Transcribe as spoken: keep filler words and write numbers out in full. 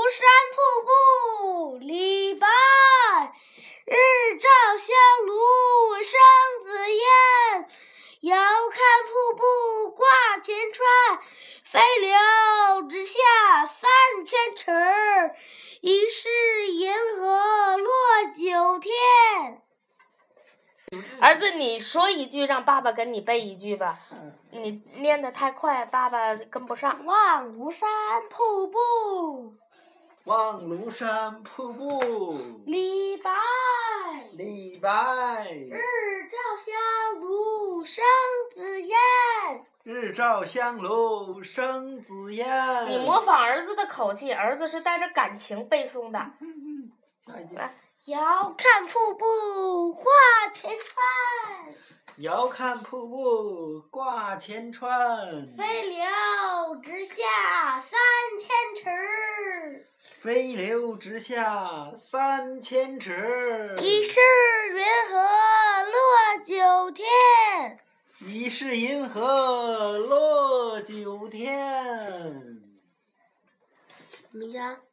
山瀑布李白，日照香炉生紫烟。遥看瀑布挂前川，飞流直下三千尺。疑是银河落九天。 儿子，你说一句，让爸爸跟你背一句吧。你念得太快，爸爸跟不上。 望庐山瀑布， 望庐山瀑布， 李白， 李白， 日照香炉生紫烟。 日照香炉生紫烟。 你模仿儿子的口气，儿子是带着感情背诵的。 下一句。 来， 遥看瀑布挂前川， 遥看瀑布挂前川。 飞流直下三千尺。 飞流直下三千尺。 疑是银河落九天。 疑是银河落九天。 怎么样？